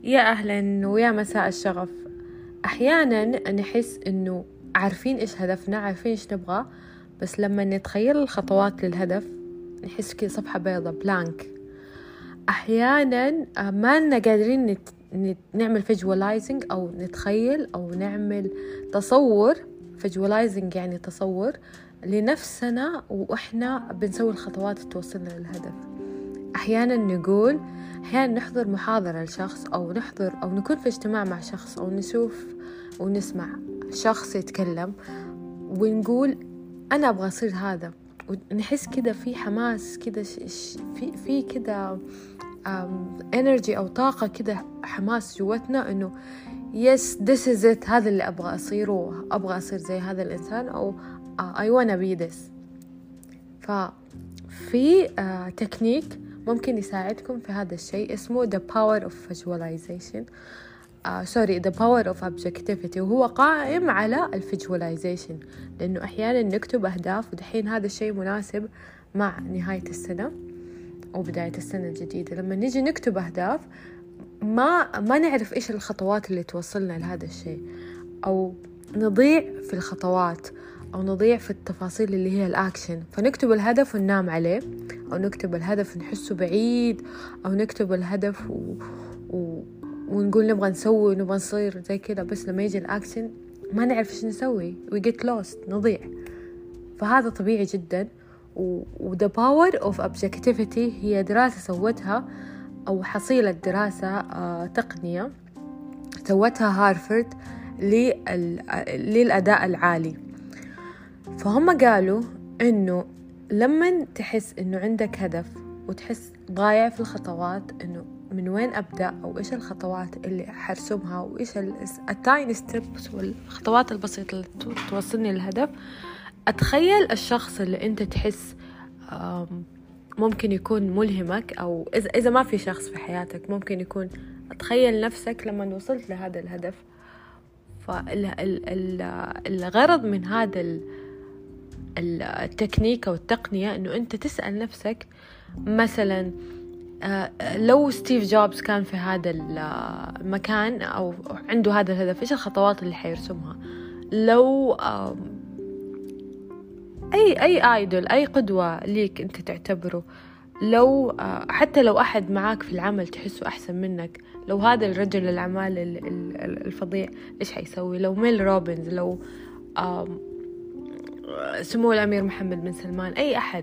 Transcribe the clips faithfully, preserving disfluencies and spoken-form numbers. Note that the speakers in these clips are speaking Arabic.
يا أهلا ويا مساء الشغف. أحيانا نحس إنه عارفين إيش هدفنا، عارفين إيش نبغى، بس لما نتخيل الخطوات للهدف نحس كده صفحة بيضة بلانك. أحيانا ما لنا قادرين نت... نت... نعمل فيجواليزنج أو نتخيل أو نعمل تصور. فيجواليزنج يعني تصور لنفسنا وإحنا بنسوي الخطوات اللي توصلنا للهدف. أحيانا نقول أحيانا نحضر محاضرة لشخص أو نحضر أو نكون في اجتماع مع شخص أو نشوف أو نسمع شخص يتكلم ونقول أنا أبغى أصير هذا، ونحس كده في حماس كده في في كده energy أو طاقة كده حماس جواتنا إنه yes this is it، هذا اللي أبغى أصيره، أبغى أصير زي هذا الإنسان أو I wanna be this. ففي تكنيك ممكن يساعدكم في هذا الشيء اسمه the power of visualization uh, sorry the power of objectivity، وهو قائم على الفيجواليزيشن، لأنه أحيانا نكتب أهداف، ودحين هذا الشيء مناسب مع نهاية السنة أو بداية السنة الجديدة. لما نيجي نكتب أهداف ما ما نعرف إيش الخطوات اللي توصلنا لهذا الشيء، أو نضيع في الخطوات أو نضيع في التفاصيل اللي هي الأكشن، فنكتب الهدف وننام عليه، أو نكتب الهدف نحسه بعيد، أو نكتب الهدف و... و... ونقول نبغى نسوي ونبغى نصير زي كده، بس لما يجي الأكشن ما نعرف إيش نسوي، we get lost، نضيع. فهذا طبيعي جدا. و... و the power of objectivity هي دراسة سوتها أو حصيلة دراسة آه تقنية سوتها هارفارد لل... للأداء العالي. فهم قالوا إنه لما تحس إنه عندك هدف وتحس ضايع في الخطوات، إنه من وين أبدأ أو إيش الخطوات اللي حرسمها وإيش التايني ستيبس والخطوات البسيطة اللي توصلني للهدف، أتخيل الشخص اللي أنت تحس ممكن يكون ملهمك، أو إذا إذا ما في شخص في حياتك ممكن يكون أتخيل نفسك لما وصلت لهذا الهدف. فالغرض من هذا التكنيك أو التقنية إنه أنت تسأل نفسك مثلا لو ستيف جوبز كان في هذا المكان أو عنده هذا الهدف، إيش الخطوات اللي حيرسمها؟ لو أي أي آيدول، أي قدوة ليك أنت تعتبره، لو حتى لو أحد معاك في العمل تحسه أحسن منك، لو هذا الرجل الأعمال الفظيع إيش حيسوي؟ لو ميل روبنز، لو سمو الأمير محمد بن سلمان، أي أحد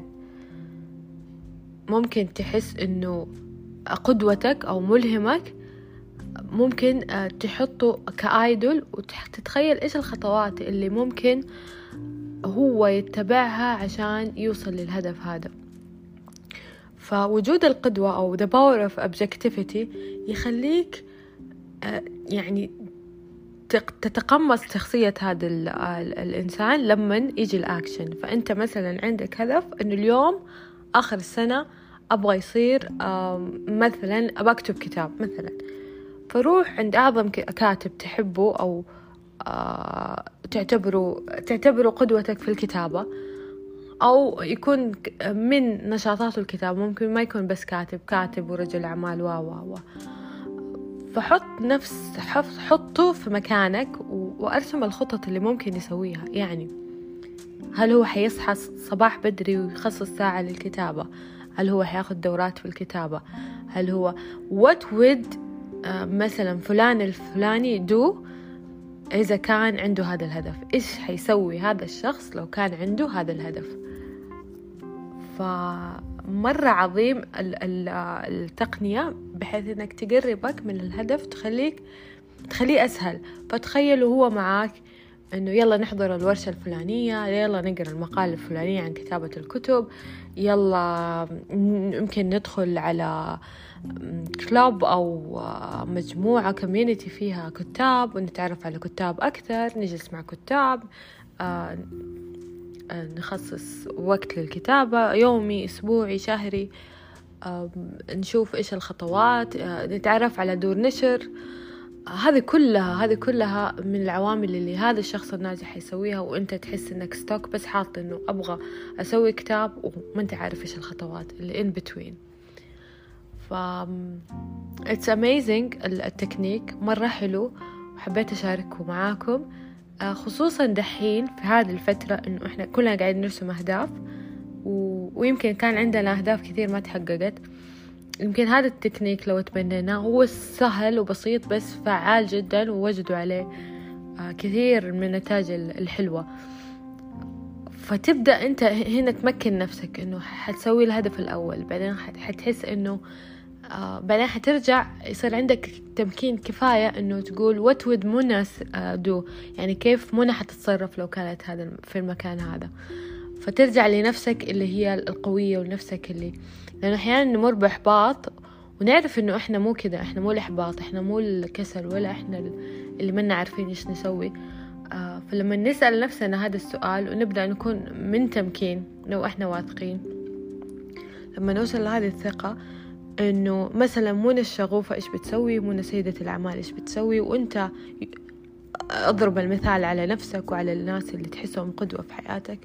ممكن تحس إنه قدوتك أو ملهمك، ممكن تحطه كآيدول وتتخيل إيش الخطوات اللي ممكن هو يتبعها عشان يوصل للهدف هذا. فوجود القدوة أو the power of objectivity يخليك يعني تتقمص شخصية هذا الإنسان لما يجي الأكشن. فأنت مثلا عندك هدف إنه اليوم آخر السنة أبغى يصير مثلا أبغى أكتب كتاب مثلا، فروح عند أعظم كاتب تحبه أو تعتبره تعتبره قدوتك في الكتابة، أو يكون من نشاطات الكتاب، ممكن ما يكون بس كاتب كاتب ورجل أعمال و و و فحط نفس حطه في مكانك وأرسم الخطط اللي ممكن يسويها. يعني هل هو حيصحى صباح بدري ويخصص ساعة للكتابة؟ هل هو حياخد دورات في الكتابة؟ هل هو what would مثلا فلان الفلاني do إذا كان عنده هذا الهدف؟ إيش حيسوي هذا الشخص لو كان عنده هذا الهدف؟ فمرة عظيم التقنية بحيث إنك تقربك من الهدف، تخليك تخليه أسهل. فتخيلوا هو معاك إنه يلا نحضر الورشة الفلانية، يلا نقرأ المقالة الفلانية عن كتابة الكتب، يلا يمكن ندخل على كلاب أو مجموعة كوميونيتي فيها كتاب ونتعرف على كتاب أكثر، نجلس مع كتاب، آه نخصص وقت للكتابة يومي أسبوعي شهري، آه نشوف إيش الخطوات، آه نتعرف على دور نشر. هذه كلها هذه كلها من العوامل اللي هذا الشخص الناجح يسويها، وانت تحس انك ستوك بس حاط انه ابغى اسوي كتاب وما انت عارف ايش الخطوات اللي in between. ف it's amazing التكنيك مرة حلو وحبيت أشاركه معاكم، خصوصا دحين في هذه الفترة إنه إحنا كلنا قاعدين نرسم أهداف و... ويمكن كان عندنا أهداف كثير ما تحققت. يمكن هذا التكنيك لو تبنيناه هو سهل وبسيط بس فعال جدا، ووجدوا عليه كثير من النتائج الحلوة. فتبدأ أنت هنا تمكن نفسك إنه حتسوي الهدف الأول، بعدين حتحس إنه آه بعدين حترجع يصير عندك تمكين كفاية إنه تقول what would منى do، يعني كيف منى حتتصرف لو كانت هذا في المكان هذا. فترجع لنفسك اللي هي القوية ونفسك اللي، لأنه أحيانا نمر بإحباط ونعرف إنه إحنا مو كده، إحنا مو الإحباط، إحنا مو الكسل، ولا إحنا اللي منا عارفين إيش نسوي. آه فلما نسأل نفسنا هذا السؤال ونبدأ نكون من تمكين لو إحنا واثقين، لما نوصل لهذه الثقة إنه مثلا منى الشغوفة إيش بتسوي، منى سيدة الأعمال إيش بتسوي، وأنت أضرب المثال على نفسك وعلى الناس اللي تحسهم قدوة في حياتك،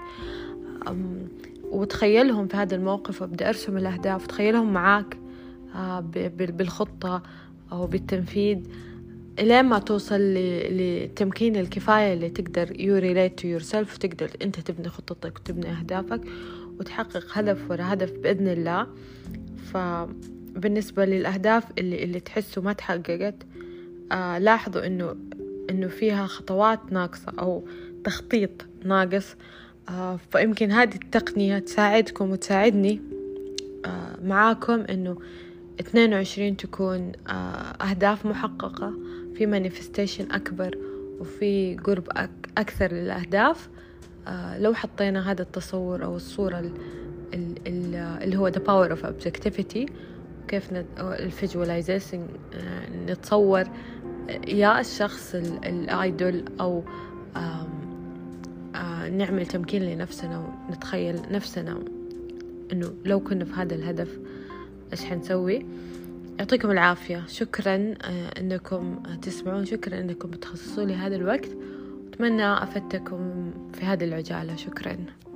وتخيلهم في هذا الموقف، وابدأ أرسم الأهداف تخيلهم معاك بالخطة أو بالتنفيذ إلى ما توصل لتمكين الكفاية اللي تقدر you relate to yourself، تقدر أنت تبني خطتك وتبني أهدافك وتحقق هدف ورا هدف بإذن الله. فبالنسبة للأهداف اللي, اللي تحسوا ما تحققت، آه لاحظوا إنه إنه فيها خطوات ناقصة أو تخطيط ناقص. آه فيمكن هذه التقنية تساعدكم وتساعدني آه معاكم إنه اثنين وعشرين تكون آه أهداف محققة، في manifestation أكبر وفي قرب أك أكثر للأهداف. آه لو حطينا هذا التصور أو الصورة ال ال ال اللي هو the power of objectivity، كيف الفيجواليزيشن نتصور يا الشخص الآيدول أو نعمل تمكين لنفسنا ونتخيل نفسنا إنه لو كنا في هذا الهدف إيش حنسوي. يعطيكم العافية، شكرا أنكم تسمعون، شكرا أنكم بتخصصوا لي هذا الوقت، أتمنى أفدتكم في هذه العجالة. شكرا.